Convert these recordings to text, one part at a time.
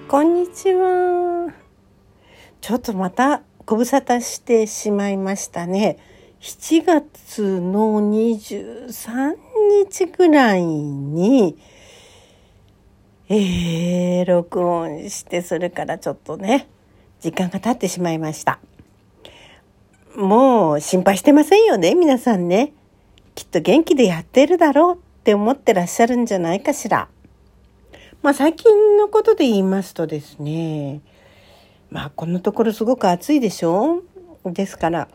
こんにちは。ちょっとまたご無沙汰してしまいましたね。7月の23日ぐらいに、録音して、それからちょっとね、時間が経ってしまいました。もう心配してませんよね、皆さんね。きっと元気でやってるだろうって思ってらっしゃるんじゃないかしら。最近のことで言いますとですね、このところすごく暑いでしょ。ですから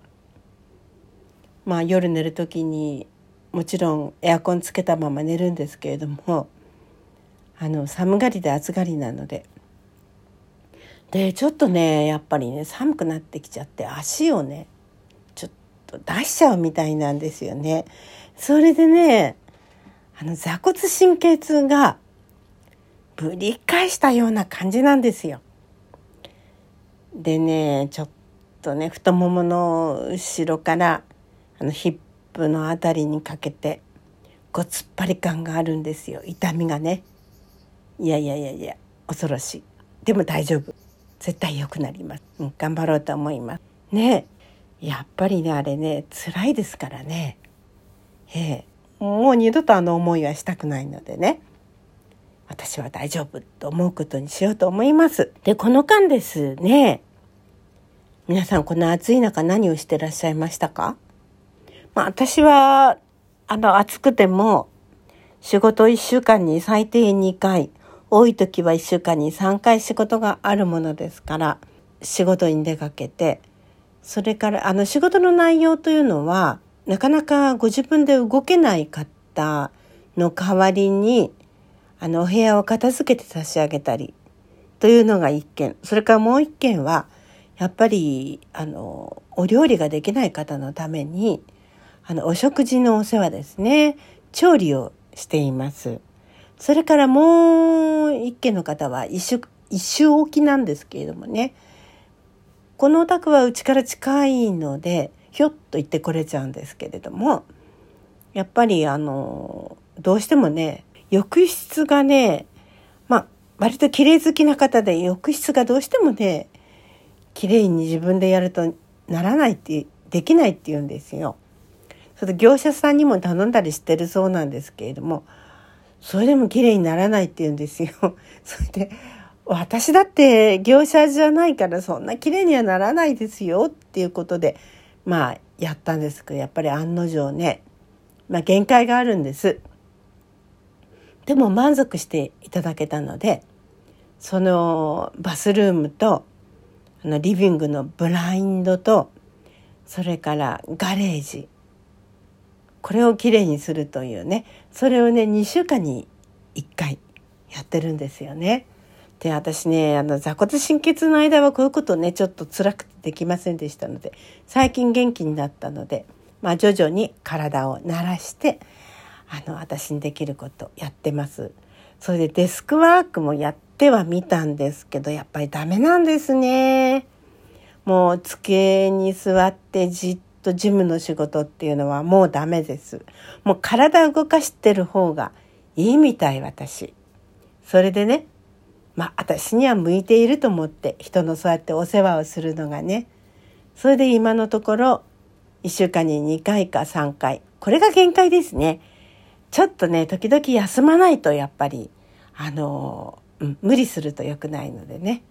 夜寝るときにもちろんエアコンつけたまま寝るんですけれども、寒がりで暑がりなのでちょっとね、やっぱりね、寒くなってきちゃって足をねちょっと出しちゃうみたいなんですよね。それでね、坐骨神経痛がぶり返したような感じなんですよ。でね、ちょっとね、太ももの後ろからヒップのあたりにかけて突っ張り感があるんですよ。痛みがね。いや恐ろしい。でも大丈夫、絶対良くなります。頑張ろうと思いますね。やっぱりね、あれね、辛いですからね。もう二度と思いはしたくないのでね、私は大丈夫と思うことにしようと思います。で、この間ですね、皆さんこの暑い中何をしてらっしゃいましたか？私は暑くても仕事1週間に最低2回、多い時は1週間に3回仕事があるものですから、仕事に出かけて、それから仕事の内容というのはなかなかご自分で動けない方の代わりにお部屋を片付けて差し上げたりというのが一件。それからもう一件はやっぱりお料理ができない方のためにお食事のお世話ですね、調理をしています。それからもう一件の方は一週おきなんですけれどもね、このお宅はうちから近いのでひょっと行ってこれちゃうんですけれども、やっぱりどうしてもね、浴室がね、割と綺麗好きな方で、浴室がどうしてもね、綺麗に自分でやるとならないってできないって言うんですよ。それで業者さんにも頼んだりしてるそうなんですけれども、それでも綺麗にならないって言うんですよ。それで私だって業者じゃないからそんな綺麗にはならないですよっていうことでやったんですけど、やっぱり案の定ね、限界があるんです。でも満足していただけたので、そのバスルームとリビングのブラインドと、それからガレージ、これをきれいにするというね、それをね2週間に1回やってるんですよね。で、私ね、坐骨神経痛の間はこういうことねちょっと辛くてできませんでしたので、最近元気になったので、徐々に体を慣らして私にできることやってます。それでデスクワークもやってはみたんですけど、やっぱりダメなんですね。もう机に座ってじっと事務の仕事っていうのはもうダメです。もう体を動かしてる方がいいみたい、私。それでね、私には向いていると思って人のそうやってお世話をするのがね、それで今のところ1週間に2回か3回、これが限界ですね。ちょっとね、時々休まないとやっぱり無理すると良くないのでね、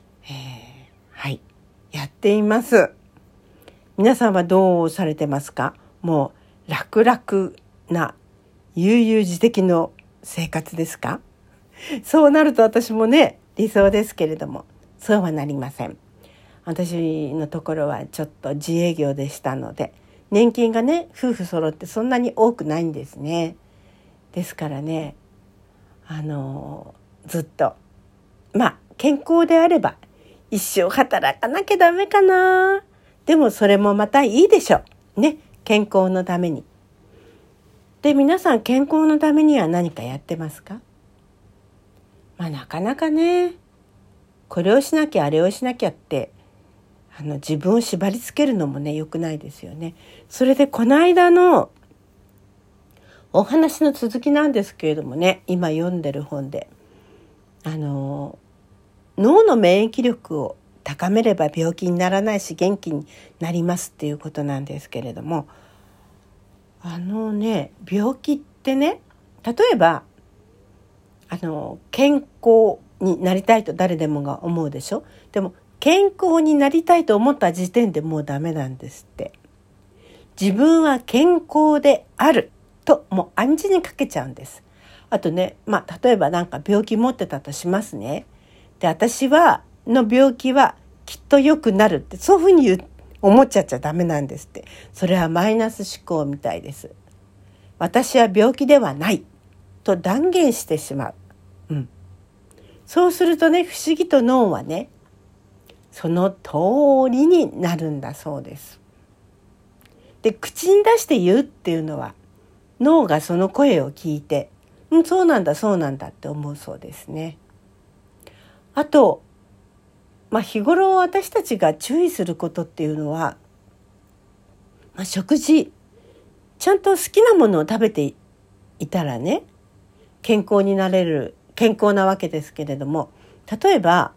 やっています。皆さんはどうされてますか？もう楽々な悠々自適の生活ですか？そうなると私もね、理想ですけれども、そうはなりません。私のところはちょっと自営業でしたので、年金がね、夫婦揃ってそんなに多くないんですね。ですからね、ずっと健康であれば一生働かなきゃダメかな。でもそれもまたいいでしょね、健康のために。で、皆さん健康のためには何かやってますか？なかなかね、これをしなきゃあれをしなきゃって自分を縛り付けるのもね、良くないですよね。それでこの間のお話の続きなんですけれどもね、今読んでる本で脳の免疫力を高めれば病気にならないし元気になりますっていうことなんですけれども、病気ってね、例えば健康になりたいと誰でもが思うでしょ。でも健康になりたいと思った時点でもうダメなんですって。自分は健康であるともう暗示にかけちゃうんです。あとね、例えばなんか病気持ってたとしますね。で、私の病気はきっと良くなるってそういうふうに思っちゃダメなんですって。それはマイナス思考みたいです。私は病気ではないと断言してしまう。そうするとね、不思議と脳はね、その通りになるんだそうです。で、口に出して言うっていうのは、脳がその声を聞いて、そうなんだそうなんだって思うそうですね。あと、日頃私たちが注意することっていうのは、食事、ちゃんと好きなものを食べていたらね、健康なわけですけれども、例えば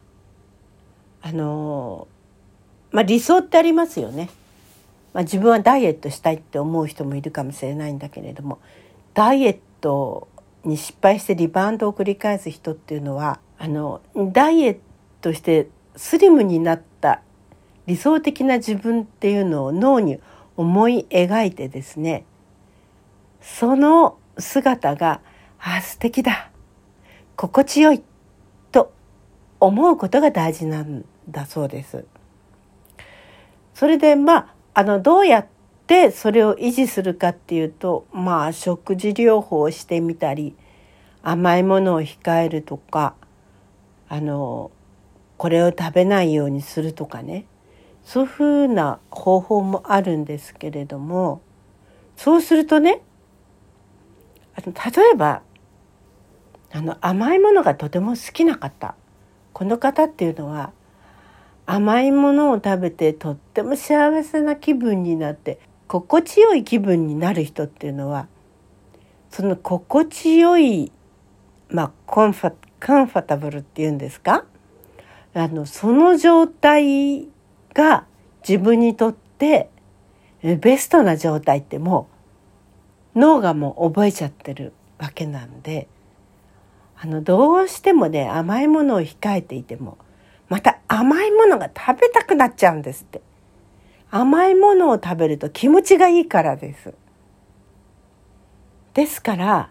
理想ってありますよね。自分はダイエットしたいって思う人もいるかもしれないんだけれども、ダイエットに失敗してリバウンドを繰り返す人っていうのはダイエットしてスリムになった理想的な自分っていうのを脳に思い描いてですね、その姿が素敵だ、心地よいと思うことが大事なんだそうです。それでどうやってそれを維持するかっていうと、食事療法をしてみたり、甘いものを控えるとか、これを食べないようにするとかね、そういうふうな方法もあるんですけれども、そうするとね、例えば甘いものがとても好きな方、この方っていうのは甘いものを食べてとっても幸せな気分になって心地よい気分になる人っていうのは、その心地よいコンファタブルっていうんですか、その状態が自分にとってベストな状態ってもう脳がもう覚えちゃってるわけなんで、どうしてもね、甘いものを控えていてもまた甘いものが食べたくなっちゃうんですって。甘いものを食べると気持ちがいいからです。ですから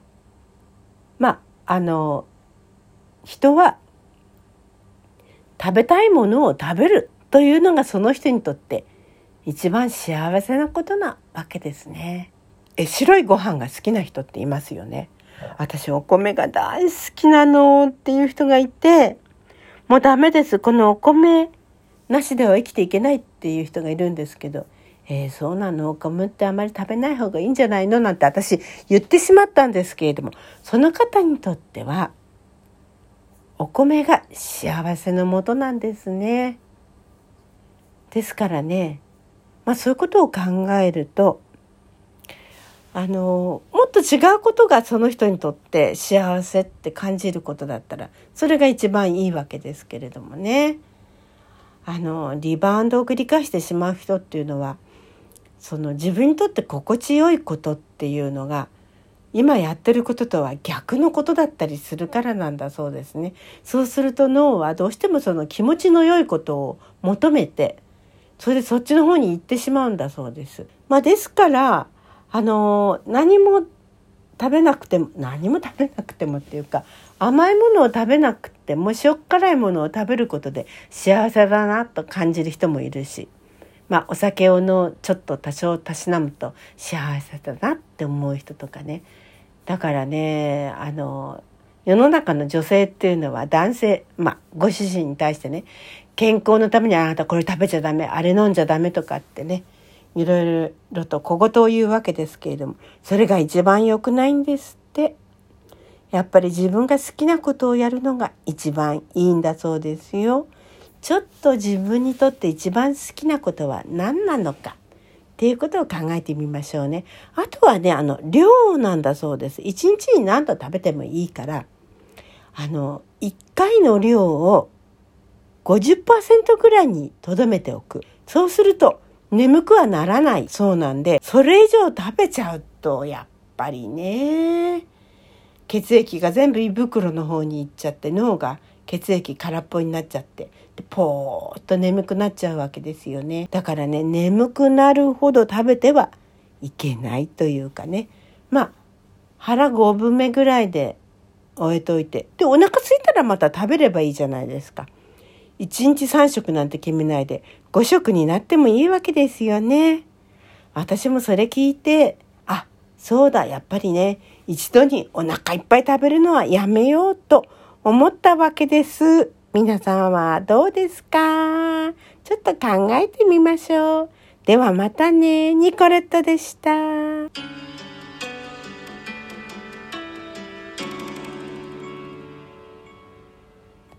人は食べたいものを食べるというのがその人にとって一番幸せなことなわけですね。白いご飯が好きな人っていますよね。私お米が大好きなのっていう人がいて、もうダメです、このお米なしでは生きていけないっていう人がいるんですけど、そうなの、お米ってあまり食べない方がいいんじゃないのなんて私言ってしまったんですけれども、その方にとってはお米が幸せのもとなんですね。ですからね、そういうことを考えるともっと違うことがその人にとって幸せって感じることだったらそれが一番いいわけですけれどもね、リバウンドを繰り返してしまう人っていうのは、その自分にとって心地よいことっていうのが今やってることとは逆のことだったりするからなんだそうですね。そうすると脳はどうしてもその気持ちの良いことを求めて、それでそっちの方に行ってしまうんだそうです。ですから何も食べなくてもっていうか、甘いものを食べなくても塩辛いものを食べることで幸せだなと感じる人もいるし、お酒をちょっと多少たしなむと幸せだなって思う人とかね。だからね、世の中の女性っていうのは男性、ご主人に対してね、健康のためにあなたこれ食べちゃダメ、あれ飲んじゃダメとかってね、いろいろと小言を言うわけですけれども、それが一番良くないんですって。やっぱり自分が好きなことをやるのが一番いいんだそうですよ。ちょっと自分にとって一番好きなことは何なのかっていうことを考えてみましょうね。あとはね、量なんだそうです。一日に何度食べてもいいから、1回の量を 50% ぐらいに留めておく。そうすると眠くはならないそうなんで、それ以上食べちゃうとやっぱりね、血液が全部胃袋の方に行っちゃって、脳が血液空っぽになっちゃって、でポーっと眠くなっちゃうわけですよね。だからね、眠くなるほど食べてはいけないというかね、腹5分目ぐらいで終えといて、でお腹空いたらまた食べればいいじゃないですか。1日3食なんて決めないで5食になってもいいわけですよね。私もそれ聞いて、そうだ、やっぱりね、一度にお腹いっぱい食べるのはやめようと思ったわけです。皆さんはどうですか？ちょっと考えてみましょう。ではまたね。ニコレットでした。